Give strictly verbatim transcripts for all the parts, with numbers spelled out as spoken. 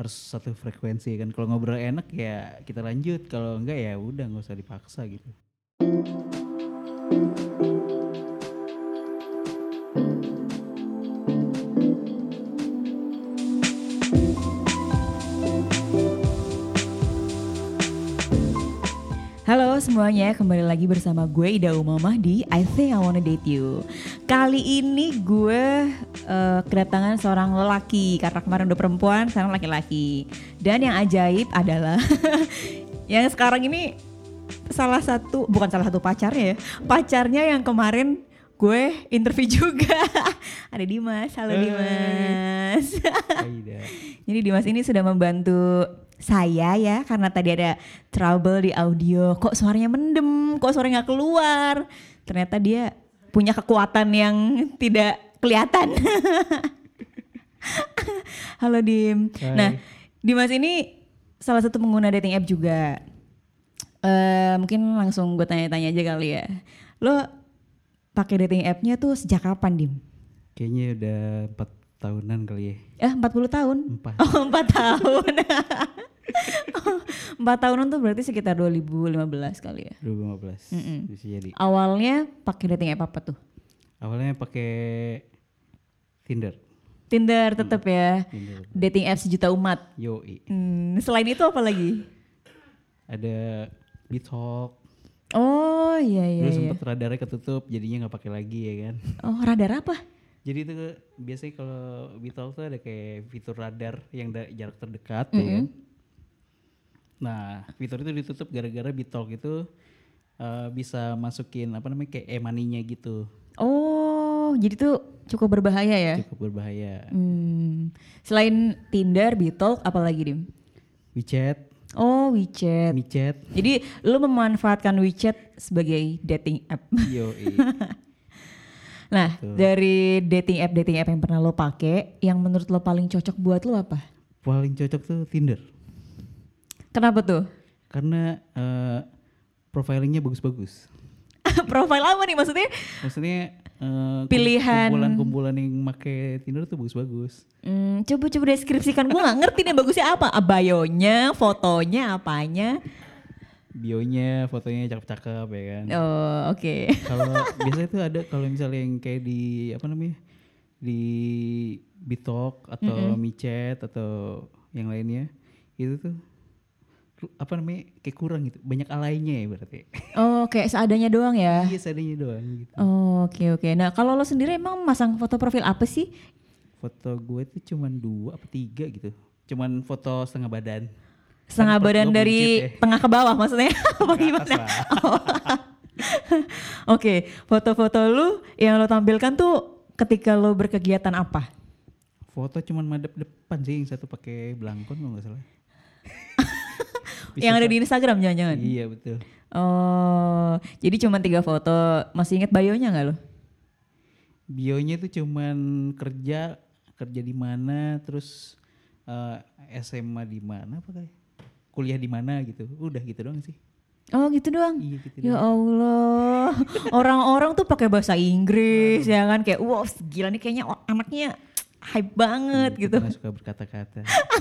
harus satu frekuensi kan. Kalau ngobrol enak ya kita lanjut, kalau enggak ya udah nggak usah dipaksa gitu. Halo semuanya, kembali lagi bersama gue Ida Umamah di I Think I Wanna Date You. Kali ini gue uh, kedatangan seorang lelaki, karena kemarin udah perempuan, sekarang laki-laki. Dan yang ajaib adalah yang sekarang ini salah satu, bukan salah satu pacarnya ya, pacarnya yang kemarin gue interview juga. Ada Dimas, halo Dimas. Jadi Dimas ini sudah membantu saya ya, karena tadi ada trouble di audio, kok suaranya mendem, kok suaranya gak keluar. Ternyata dia punya kekuatan yang tidak kelihatan. Halo Dim. Hai. Nah, Dimas ini salah satu pengguna dating app juga. Uh, mungkin langsung gue tanya-tanya aja kali ya. Lo pakai dating app-nya tuh sejak kapan, Dim? Kayaknya udah empat tahunan kali ya. Eh empat puluh tahun? Empat. Oh empat tahun. Empat tahunan tuh berarti sekitar dua ribu lima belas kali ya? dua ribu lima belas Mm-mm. bisa jadi. Awalnya pakai dating app apa tuh? Awalnya pakai Tinder. Tinder tetap ya? Tinder. Dating app sejuta umat? Yoi. Hmm, selain itu apa lagi? Ada Bitalk. Oh iya iya. Dulu iya. sempet radarnya ketutup, jadinya nggak pakai lagi ya kan. Oh radar apa? Jadi itu biasanya kalau Bitalk tuh ada kayak fitur radar yang da- jarak terdekat Mm-hmm. ya kan. Nah fitur itu ditutup gara-gara Bitalk itu uh, bisa masukin apa namanya kayak e-money-nya gitu. Oh jadi tuh cukup berbahaya ya? Cukup berbahaya. Hmm. Selain Tinder, Bitalk apa lagi Dim? WeChat, Oh WeChat. MiChat, Jadi lu memanfaatkan WeChat sebagai dating app. yoi. Nah, Betul. dari dating app dating app yang pernah lo pakai, yang menurut lo paling cocok buat lo apa? Paling cocok tuh Tinder. Kenapa tuh? Karena uh, profilingnya bagus-bagus. Profil apa nih maksudnya? Maksudnya uh, Pilihan. kumpulan-kumpulan yang make Tinder tuh bagus-bagus. Hmm, coba coba deskripsikan, gue nggak ngerti nih bagusnya apa. Bio-nya, fotonya, apanya? Bionya, fotonya cakep-cakep ya kan. Oh oke. Okay. Kalau biasanya tuh ada kalau misalnya yang kayak di apa namanya di Bitalk atau Mm-mm. MiChat atau yang lainnya itu tuh apa namanya kayak kurang gitu, banyak alainya ya berarti. Oh kayak seadanya doang ya? Iya seadanya doang gitu. Oh oke okay, oke. Okay. Nah kalau lo sendiri emang masang foto profil apa sih? Foto gue tuh cuman dua apa tiga gitu, cuman foto setengah badan. Setengah Kan badan gue dari buncit ya. tengah ke bawah maksudnya? Apa Ke gimana? atas lah. Oh. Oke, foto-foto lu yang lo tampilkan tuh ketika lo berkegiatan apa? Foto cuman madep depan sih, yang satu pakai belangkon kalau nggak salah. Yang ada di Instagram jangan-jangan? Iya betul. Oh, jadi cuma tiga foto. Masih inget bio-nya nggak lo? Bionya tuh cuman kerja, kerja di mana, terus uh, S M A di mana apa kayak kuliah di mana gitu. Udah gitu doang sih. Oh gitu doang. Iya gitu Ya doang. Allah, orang-orang tuh pakai bahasa Inggris ya kan, kayak wow gila nih kayaknya oh, anaknya hype banget Iya, gitu. kita nggak suka berkata-kata.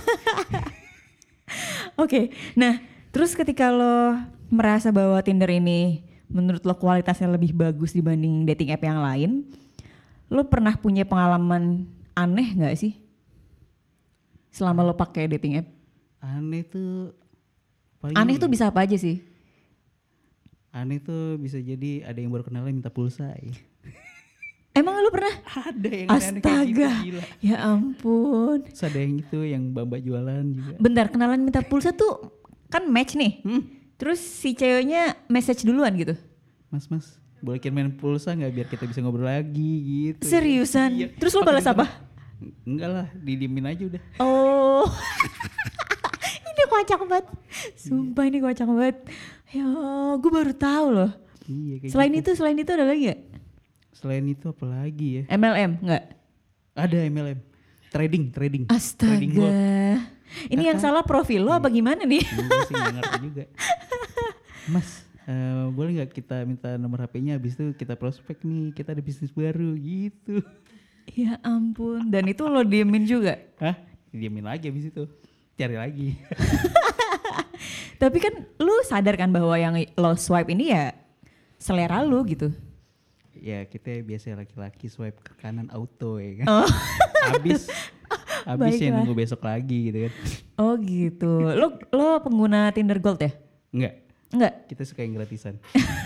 Oke, nah terus ketika lo merasa bahwa Tinder ini menurut lo kualitasnya lebih bagus dibanding dating app yang lain, lo pernah punya pengalaman aneh nggak sih selama lo pakai dating app? Aneh tuh. paling Aneh ini. tuh bisa apa aja sih? Aneh tuh bisa jadi ada yang baru kenalnya minta pulsa ya. Emang lo pernah? Ada yang aneh-aneh kayak gitu, Astaga, gila. ya ampun. Terus ada yang itu yang mbak-mbak jualan juga. Bentar, kenalan minta pulsa tuh kan match nih. Hmm, Terus si ceweknya message duluan gitu. mas mas boleh kirimin pulsa nggak biar kita bisa ngobrol lagi gitu. Seriusan? Iya. Terus lo Pakai balas apa? internet. Enggak lah, didiemin aja udah. Oh. Ini kocak banget. Sumpah ini kocak banget. Ya, gue baru tahu loh. Iya kayak Selain gitu. itu, selain itu ada lagi gak? Selain itu apa lagi ya? M L M enggak? Ada M L M. Trading, trading. Trading gold. Astaga. Ini yang Kakak. salah profil lo apa gimana nih? Gue sih gak ngerti juga. Mas, uh, boleh gak kita minta nomor H P-nya, habis itu kita prospek nih, kita ada bisnis baru gitu. Ya ampun. Dan itu lo diemin juga? Hah? Diamin lagi habis itu. cari lagi. Tapi kan lu sadar kan bahwa yang lo swipe ini ya selera lu gitu. Ya kita biasa laki-laki swipe ke kanan auto ya kan. Oh. Habis habis ya Baiklah. nunggu besok lagi gitu kan. Oh gitu. Lo lo pengguna Tinder Gold ya? Enggak, Enggak. kita suka yang gratisan.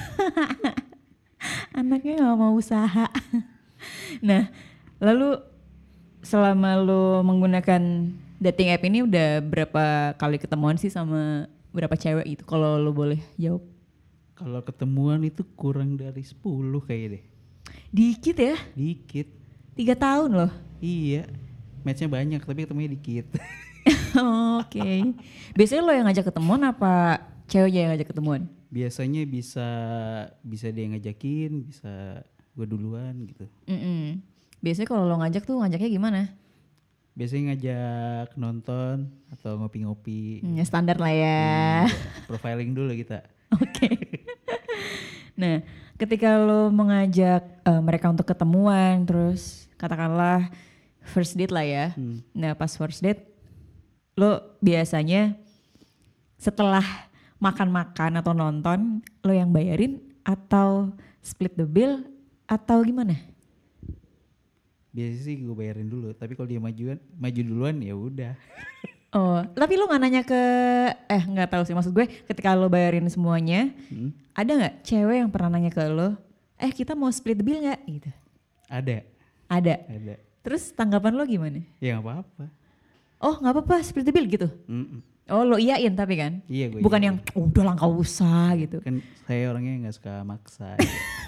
Anaknya nggak mau usaha. Nah, lalu selama lo menggunakan dating app ini udah berapa kali ketemuan sih sama berapa cewek gitu? Kalau lo boleh jawab. Kalau ketemuan itu kurang dari sepuluh kayaknya deh. Dikit ya? Dikit. Tiga tahun loh. Iya. Matchnya banyak tapi ketemunya dikit. Oke. Biasanya lo yang ngajak ketemuan apa ceweknya yang ngajak ketemuan? Biasanya bisa bisa dia ngajakin, bisa gue duluan gitu. Mm-mm. Biasanya kalau lo ngajak tuh ngajaknya gimana? Biasanya ngajak nonton atau ngopi-ngopi. Hmm, ya standar lah ya. Iya, profiling dulu kita. Oke. Nah, ketika lo mengajak eh, mereka untuk ketemuan, terus katakanlah first date lah ya. Hmm. Nah, pas first date, lo biasanya setelah makan-makan atau nonton, lo yang bayarin atau split the bill atau gimana? Biasanya sih gue bayarin dulu, tapi kalau dia majuan, maju duluan ya udah. Oh, tapi lo nggak nanya ke, eh nggak tahu sih maksud gue, ketika lo bayarin semuanya, Hmm. ada nggak cewek yang pernah nanya ke lo, eh kita mau split the bill nggak? Gitu. Ada, Ada. ada. Terus tanggapan lo gimana? Ya nggak apa-apa. Oh nggak apa-apa split the bill gitu? Mm-mm. Oh lo iyain tapi kan? Iya gue. Bukan iya. yang "Oh, udah lah nggak usah gitu. Kan saya orangnya nggak suka maksa.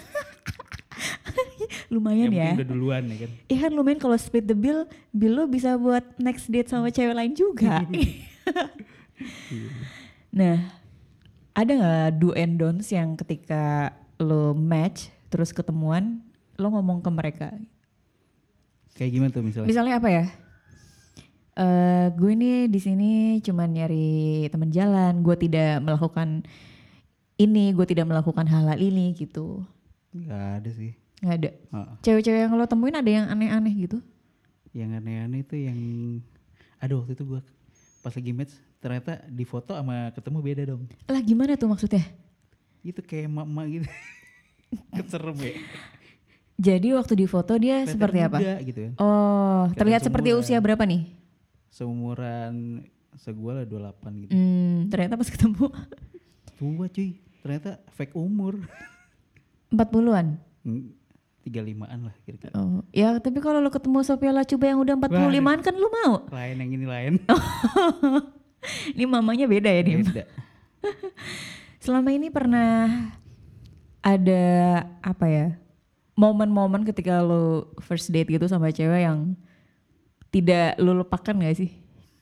Lumayan Yang ya. penting udah duluan ya kan. Iya kan lumayan kalau split the bill, bill lo bisa buat next date sama cewek lain juga. Iya. Nah, ada nggak do and don'ts yang ketika lo match terus ketemuan, lo ngomong ke mereka? Kayak gimana tuh misalnya? Misalnya apa ya? Eh, gue ini di sini cuma nyari teman jalan, gue tidak melakukan ini, gue tidak melakukan hal-hal ini gitu. Nggak ada sih. Nggak ada. Heeh. Cewek-cewek yang lo temuin ada yang aneh-aneh gitu? Yang aneh-aneh itu yang, aduh waktu itu gue pas lagi match ternyata di foto sama ketemu beda dong. Lah gimana tuh maksudnya? Itu kayak emak-emak gitu. Keserem ya. Jadi waktu di foto dia Kelihatan seperti apa? muda gitu kan. Oh, Kelihatan terlihat seperti seumuran. usia berapa nih? Seumuran segua lah dua puluh delapan gitu. Hmm, ternyata pas ketemu Tua cuy, ternyata fake umur. empat puluhan. Hmm, tiga puluh limaan lah kira-kira. Oh, ya tapi kalau lo ketemu Sophia Lacuba yang udah empat puluh limaan kan lo mau? Lain yang ini lain. Ini mamanya beda ya nih. Beda. Selama ini pernah ada apa ya? Momen-momen ketika lo first date gitu sama cewek yang tidak lo lupakan gak sih?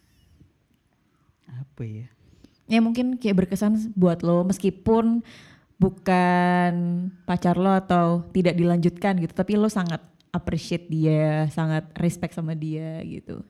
Apa ya? Ya mungkin kayak berkesan buat lo meskipun bukan pacar lo atau tidak dilanjutkan gitu, tapi lo sangat appreciate dia, sangat respect sama dia gitu.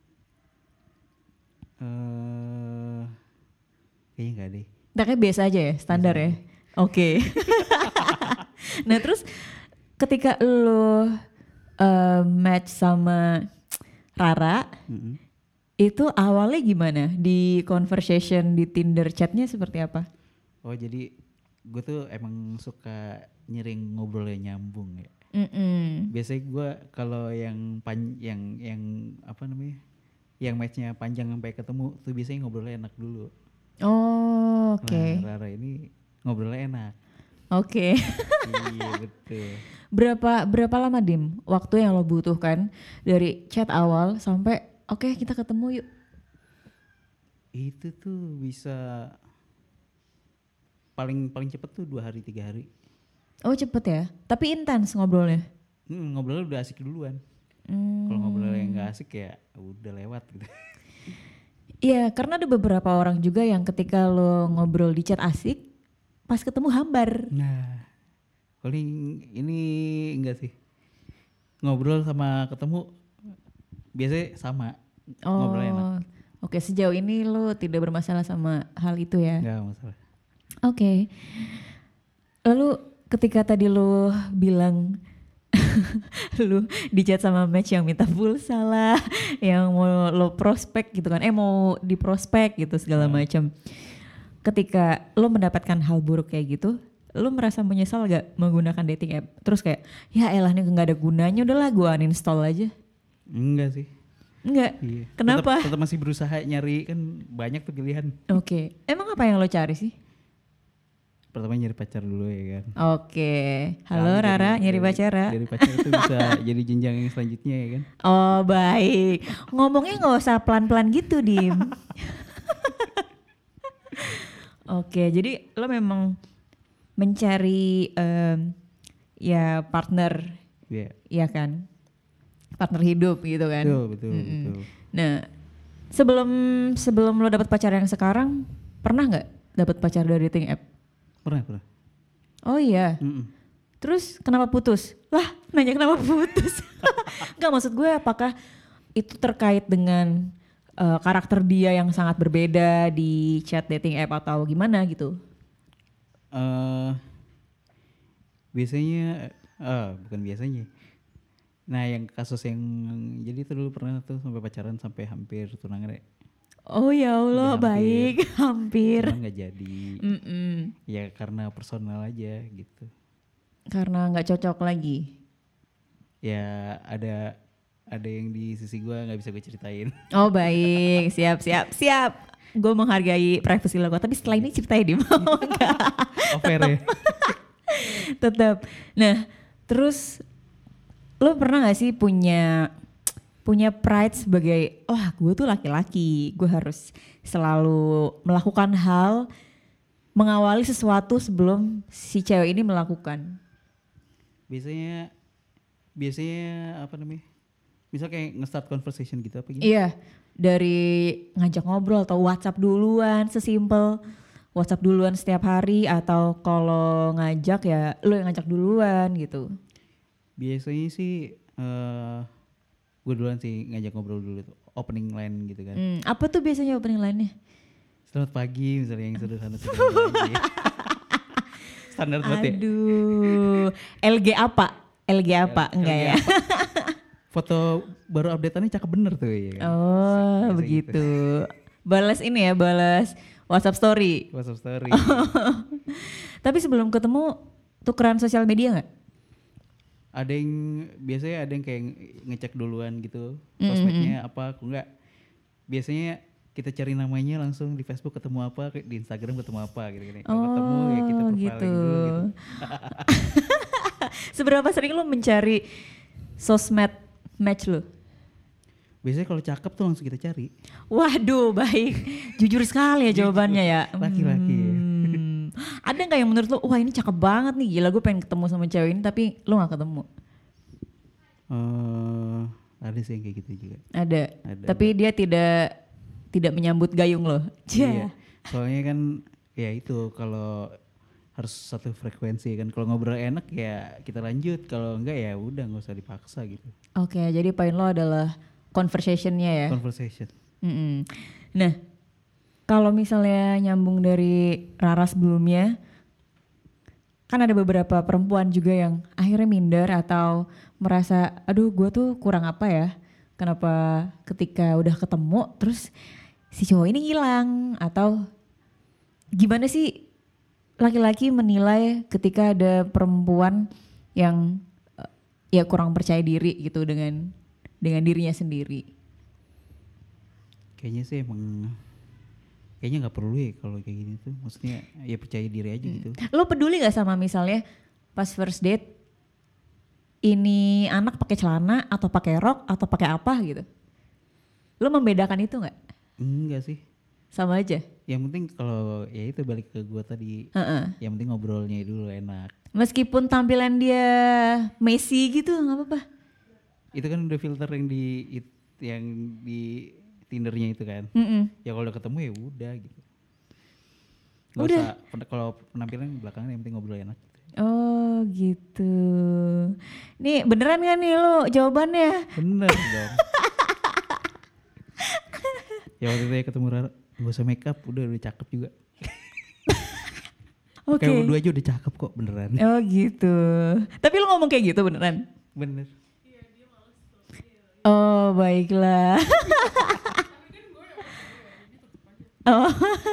Eh, kayaknya enggak deh. Kayaknya biasa aja ya, standar ya. Oke. Nah terus ketika lo uh, match sama Rara, Mm-mm. itu awalnya gimana? Di conversation di Tinder chatnya seperti apa? Oh jadi gue tuh emang suka nyering ngobrolnya nyambung ya. Mm-mm. Biasanya gue kalau yang pan yang yang apa namanya, yang matchnya panjang sampai ketemu tuh biasanya ngobrolnya enak dulu. Oh oke. Nah Rara ini ngobrolnya enak. Oke. Iya betul. Berapa berapa lama Dim waktu yang lo butuhkan dari chat awal sampai oke kita ketemu yuk? Itu tuh bisa paling paling cepet tuh dua hari tiga hari. Oh cepet ya, tapi intens ngobrolnya. Hmm, ngobrolnya udah asik duluan. Hmm. Kalau ngobrolnya nggak asik ya udah lewat gitu. Iya, karena ada beberapa orang juga yang ketika lo ngobrol di chat asik, pas ketemu hambar. Nah, kalau ini, ini enggak sih. Ngobrol sama ketemu biasanya sama. Ngobrolnya enak. Oh, oke sejauh ini lo tidak bermasalah sama hal itu ya? Enggak masalah. Oke. Lalu ketika tadi lo bilang Lu di chat sama match yang minta pulsa lah, yang mau lo prospek gitu kan, eh mau di prospek gitu segala macam. Ketika lo mendapatkan hal buruk kayak gitu, lo merasa menyesal gak menggunakan dating app? Terus kayak, ya elah nih gak ada gunanya, udahlah gue uninstall aja. Enggak sih. Enggak? Iya. Kenapa? Tetap, tetap masih berusaha nyari, kan banyak tuh pilihan. Oke, okay. Emang apa yang lo cari sih? Pertama nyari pacar dulu ya kan. Oke, okay. Halo Kali Rara, dari, nyari pacar ya? Dari pacar itu bisa jadi jenjang yang selanjutnya ya kan. Oh baik, ngomongnya gak usah pelan-pelan gitu Dim. Oke, jadi lo memang mencari um, ya partner, yeah. ya kan, partner hidup gitu kan. Betul, betul, Mm-mm. betul. Nah, sebelum sebelum lo dapat pacar yang sekarang, pernah nggak dapat pacar dari dating app? Pernah, pernah. Oh iya. Mm-mm. Terus kenapa putus? Lah, nanya kenapa putus? Enggak, maksud gue apakah itu terkait dengan Uh, karakter dia yang sangat berbeda di chat dating app atau gimana gitu? Uh, biasanya, uh, bukan biasanya. Nah yang kasus yang, jadi itu dulu pernah tuh sampai pacaran sampai hampir tunangan ya. Oh ya Allah, Udah baik, hampir. Cuma gak jadi. Mm-mm. Ya karena personal aja gitu. Karena gak cocok lagi? Ya ada... ada yang di sisi gue nggak bisa gue ceritain. Oh baik, siap siap siap. Gue menghargai privasi lo, tapi setelah ini ceritain di mau enggak? Over ya. Tetap. Nah, terus lo pernah nggak sih punya punya pride sebagai, oh gue tuh laki-laki, gue harus selalu melakukan hal, mengawali sesuatu sebelum si cewek ini melakukan. Biasanya, biasanya apa namanya? Misal kayak nge-start conversation gitu apa gitu? Iya, dari ngajak ngobrol atau WhatsApp duluan, sesimpel WhatsApp duluan setiap hari, atau kalau ngajak ya lo yang ngajak duluan gitu. Biasanya sih uh, gue duluan sih ngajak ngobrol dulu tuh, opening line gitu kan. Hmm, apa tuh biasanya opening line-nya? Selamat pagi misalnya yang sederhana-sederhana. Standar banget ya. Aduh, L G apa? L G apa? L- Enggak L G ya? apa? Foto baru update-annya cakep bener tuh ya kan. Oh begitu. Gitu. Balas ini ya, balas WhatsApp story. WhatsApp story. Tapi sebelum ketemu tukeran sosial media nggak? Ada yang biasanya ada yang kayak ngecek duluan gitu, Mm-hmm. sosmednya apa, aku enggak. Biasanya kita cari namanya langsung di Facebook, ketemu apa, di Instagram ketemu apa gitu-gitu. Kalau oh, ketemu ya kita profiling gitu. dulu gitu. Seberapa sering lo mencari sosmed match lo? Biasanya kalau cakep tuh langsung kita cari. Waduh, baik. Jujur sekali ya jawabannya ya. Laki-laki ya. Hmm. Ada gak yang menurut lo, wah ini cakep banget nih, gila gue pengen ketemu sama cewek ini, tapi lo gak ketemu? Uh, ada sih yang kayak gitu juga. Ada, ada tapi ada. Dia tidak tidak menyambut gayung lo. Iya, soalnya kan ya itu kalau harus satu frekuensi kan, kalau ngobrol enak ya kita lanjut, kalau enggak ya udah nggak usah dipaksa gitu. Oke, jadi poin lo adalah conversationnya ya. Conversation. Mm-mm. Nah, kalau misalnya nyambung dari Rara sebelumnya, kan ada beberapa perempuan juga yang akhirnya minder atau merasa, aduh gue tuh kurang apa ya, kenapa ketika udah ketemu terus si cowok ini hilang, atau gimana sih laki-laki menilai ketika ada perempuan yang uh, ya kurang percaya diri gitu dengan dengan dirinya sendiri? Kayaknya sih emang kayaknya nggak perlu ya kalau kayak gini tuh, maksudnya ya percaya diri aja gitu. Lo peduli nggak sama misalnya pas first date ini anak pakai celana atau pakai rok atau pakai apa gitu? Lo membedakan itu nggak? Enggak sih. Sama aja. Yang penting kalau ya itu balik ke gua tadi, uh-uh. yang penting ngobrolnya dulu enak. Meskipun tampilan dia Messi gitu nggak apa-apa. Itu kan udah filter yang di it, yang di Tindernya itu kan. Mm-mm. Ya kalau udah ketemu ya udah gitu. Gak udah. usah, kalau penampilan belakangan yang penting ngobrol enak. Oh gitu. Nih beneran gak nih lo jawabannya? Bener dong. Ya waktu itu ya ketemu Rara, gak usah make up, udah udah cakep juga. Oke. Kayak berdua aja udah cakep kok beneran. Oh gitu. Tapi lo ngomong kayak gitu beneran? Bener. Oh baiklah. Oh.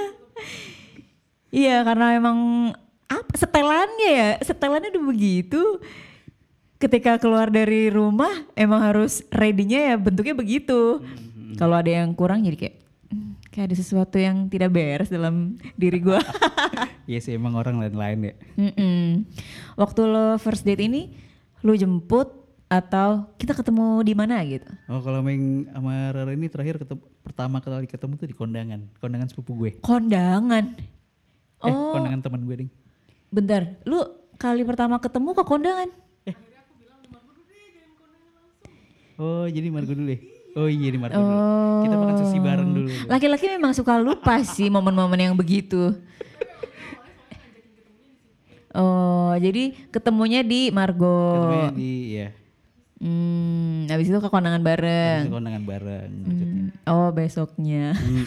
Iya karena emang apa setelannya ya, setelannya udah begitu. Ketika keluar dari rumah emang harus ready-nya ya bentuknya begitu. Mm-hmm. Kalau ada yang kurang jadi kayak hmm, kayak ada sesuatu yang tidak beres dalam diri gue. Iya sih emang orang lain-lain ya. Mm-mm. Waktu lo first date ini lo jemput atau kita ketemu di mana gitu? Oh kalau main sama Rara ini terakhir ketemu, pertama kali ketemu tuh di kondangan, kondangan sepupu gue. Kondangan? Eh oh. kondangan teman gue ding. Bentar, lu kali pertama ketemu ke kondangan? Eh. Oh jadi Margo dulu ya? Oh iya di Margo oh. dulu. Kita makan sushi bareng dulu. Laki-laki memang suka lupa sih momen-momen yang begitu. Oh jadi ketemunya di Margo. Ketemunya di ya. Hmm, habis itu ke kondangan bareng. Habis itu kondangan bareng. Hmm, oh besoknya. Hmm.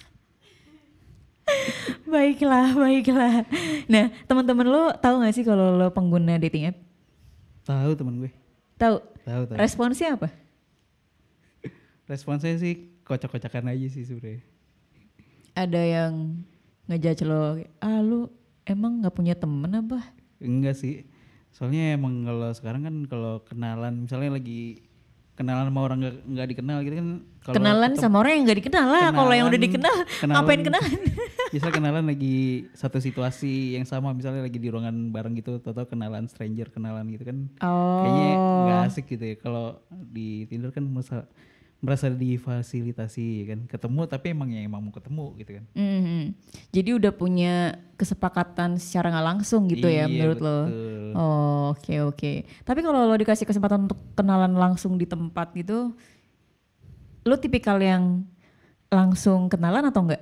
baiklah, baiklah. Nah teman-teman lo tahu nggak sih kalau lo pengguna dating app? Tahu teman gue. Tahu. Tahu tahu. Responsnya apa? Responsnya sih kocak-kocakan aja sih sebenarnya. Ada yang ngejudge lo, ah lu emang nggak punya temen apa? Enggak sih. Soalnya emang kalau sekarang kan kalau kenalan misalnya lagi kenalan sama orang nggak nggak dikenal gitu kan. Kenalan ketemu, sama orang yang nggak dikenal lah. Kalau yang udah dikenal kenalan, ngapain kenalan? Misal kenalan lagi satu situasi yang sama, misalnya lagi di ruangan bareng gitu, atau kenalan stranger kenalan gitu kan. Oh. Kayaknya nggak asik gitu ya. Kalau di Tinder kan merasa merasa difasilitasi kan, ketemu tapi emang yang emang mau ketemu gitu kan. Mm-hmm. Jadi udah punya kesepakatan secara nggak langsung gitu iya, ya menurut betul. lo. Oh oke okay, oke. Okay. Tapi kalau lo dikasih kesempatan untuk kenalan langsung di tempat gitu, lo tipikal yang langsung kenalan atau enggak?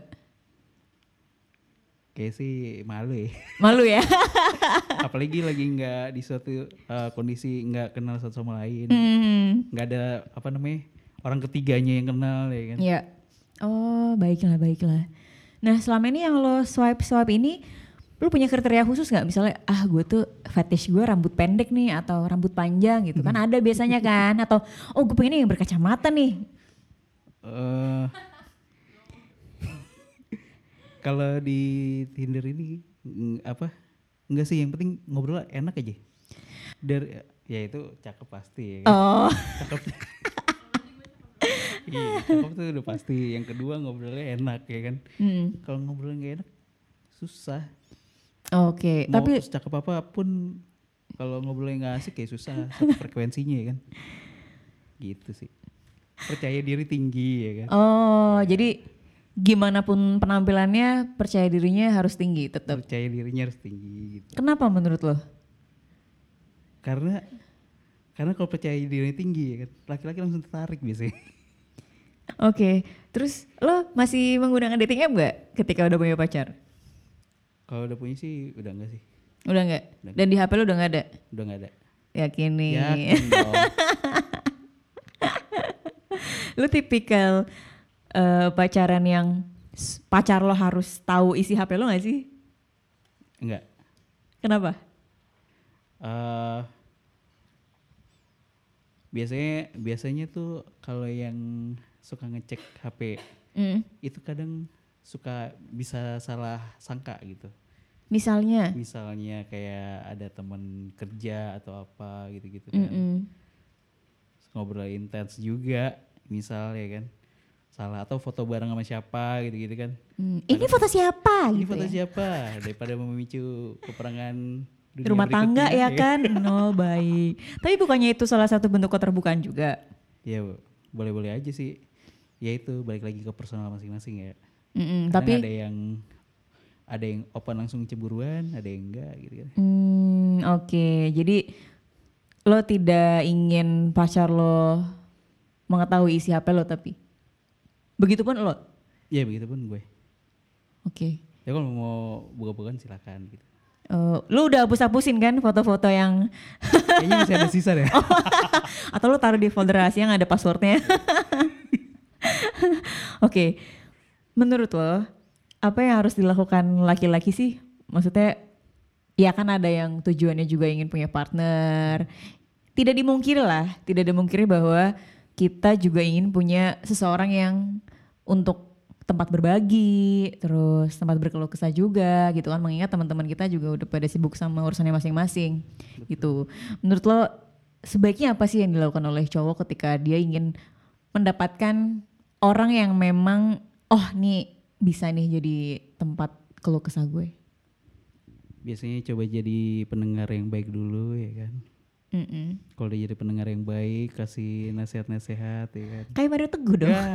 Kayak sih malu ya. Malu ya? Apalagi lagi nggak di suatu uh, kondisi nggak kenal satu sama lain, nggak mm. ada apa namanya orang ketiganya yang kenal ya kan. Iya. Oh baiklah baiklah. Nah selama ini yang lo swipe swipe ini, lo punya kriteria khusus nggak? Misalnya ah gue tuh fetish gue rambut pendek nih atau rambut panjang gitu kan ada biasanya kan? Atau oh gue pengen yang berkacamata nih. Uh, kalau di Tinder ini ng- apa? Enggak sih, yang penting ngobrol enak aja. Dari ya itu cakep pasti ya kan. Oh. Cakep. Iya, cakep tuh udah pasti. Yang kedua ngobrolnya enak ya kan. Hmm. Kalau ngobrolnya nggak enak susah. Oke, okay, tapi cakep apapun kalau ngobrolnya nggak asik kayak susah satu frekuensinya ya kan. Gitu sih. Percaya diri tinggi ya kan. Oh, ya. Jadi gimana pun penampilannya percaya dirinya harus tinggi tetap. Percaya dirinya harus tinggi gitu. Kenapa menurut lo? Karena karena kalau percaya dirinya tinggi ya kan, laki-laki langsung tertarik biasanya. Oke, okay. Terus lo masih menggunakan dating app gak ketika udah punya pacar? Kalau udah punya sih udah enggak sih. Udah enggak? Udah. Dan di H P lo udah gak ada? Udah gak ada. Yakin nih? Yakin dong. Lo tipikal uh, pacaran yang pacar lo harus tahu isi H P lo gak sih? Enggak. Kenapa? Uh, biasanya biasanya tuh kalau yang suka ngecek H P mm. itu kadang suka bisa salah sangka gitu. Misalnya? Misalnya kayak ada teman kerja atau apa gitu-gitu kan. Mm-mm. Ngobrol intens juga misalnya kan. Salah atau foto bareng sama siapa gitu-gitu kan. Mm. Ini foto siapa? Ini gitu foto ya? siapa? Daripada memicu peperangan dunia rumah tangga ya, ya kan. Oh baik. Tapi bukannya itu salah satu bentuk keterbukaan juga? Iya boleh-boleh aja sih. Ya itu balik lagi ke personal masing-masing ya. Mm-mm, tapi ada yang ada yang open langsung cemburuan, ada yang enggak gitu kan. Hmm, oke. Okay. Jadi lo tidak ingin pacar lo mengetahui isi H P lo tapi begitupun lo? Iya begitupun gue. Oke. Okay. Ya kalau mau buka-bukaan silakan gitu. Uh, lu udah hapus-hapusin kan foto-foto yang kayaknya masih ada sisa deh. Oh, atau lu taruh di folder rahasia yang ada passwordnya. Oke, okay. Menurut lo apa yang harus dilakukan laki-laki sih? Maksudnya ya kan ada yang tujuannya juga ingin punya partner, tidak dimungkiri lah, tidak dimungkiri bahwa kita juga ingin punya seseorang yang untuk tempat berbagi, terus tempat berkeluh kesah juga gitu kan, mengingat teman-teman kita juga udah pada sibuk sama urusannya masing-masing. Betul. Gitu. Menurut lo sebaiknya apa sih yang dilakukan oleh cowok ketika dia ingin mendapatkan orang yang memang oh nih bisa nih jadi tempat keluh kesah gue? Biasanya coba jadi pendengar yang baik dulu ya kan. Kalau dia jadi pendengar yang baik, kasih nasihat-nasihat ya kan. Kayak Mario Teguh dong. Ya,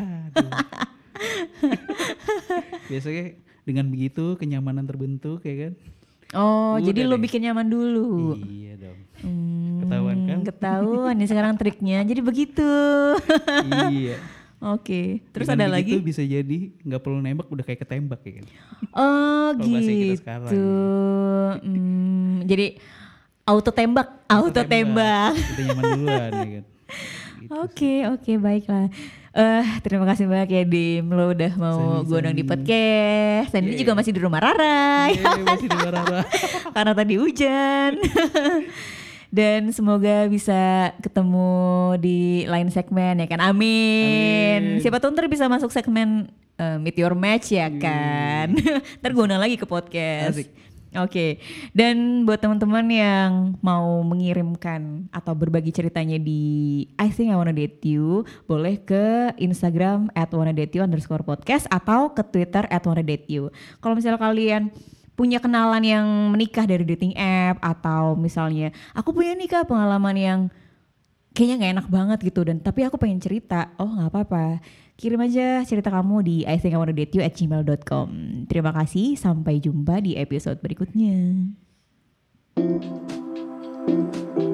biasanya dengan begitu kenyamanan terbentuk ya kan. Oh, udah jadi lo bikin nyaman dulu. Iya dong. Hmm, ketahuan kan? Ketahuan nih sekarang triknya. Jadi begitu. Iya. Oke, terus dengan ada lagi? Itu bisa jadi nggak perlu nembak udah kayak ketembak ya kan. Oh gitu. Sekarang, ya. hmm, jadi auto tembak, auto, auto tembak. tembak. Kita nyaman duluan ya kan. Oke, oke baiklah. Uh, terima kasih banyak ya Dim, lo udah mau gue undang di podcast. Dan yeah. Ini juga masih di rumah Rara. Yeah, masih di rumah Rara. Karena tadi hujan. Dan semoga bisa ketemu di lain segmen ya kan. Amin. Amin. Siapa tahu ntar bisa masuk segmen uh, Meet Your Match ya kan. Ntar gue undang lagi ke podcast. Asik. Oke, okay. Dan buat teman-teman yang mau mengirimkan atau berbagi ceritanya di I think I wanna date you, boleh ke Instagram at wanna date you underscore podcast atau ke Twitter at wanna date you. Kalau misalnya kalian punya kenalan yang menikah dari dating app atau misalnya aku punya nikah pengalaman yang kayaknya nggak enak banget gitu dan tapi aku pengen cerita, oh nggak apa-apa. Kirim aja cerita kamu di I think I wanna date you at gmail dot com. Terima kasih, sampai jumpa di episode berikutnya.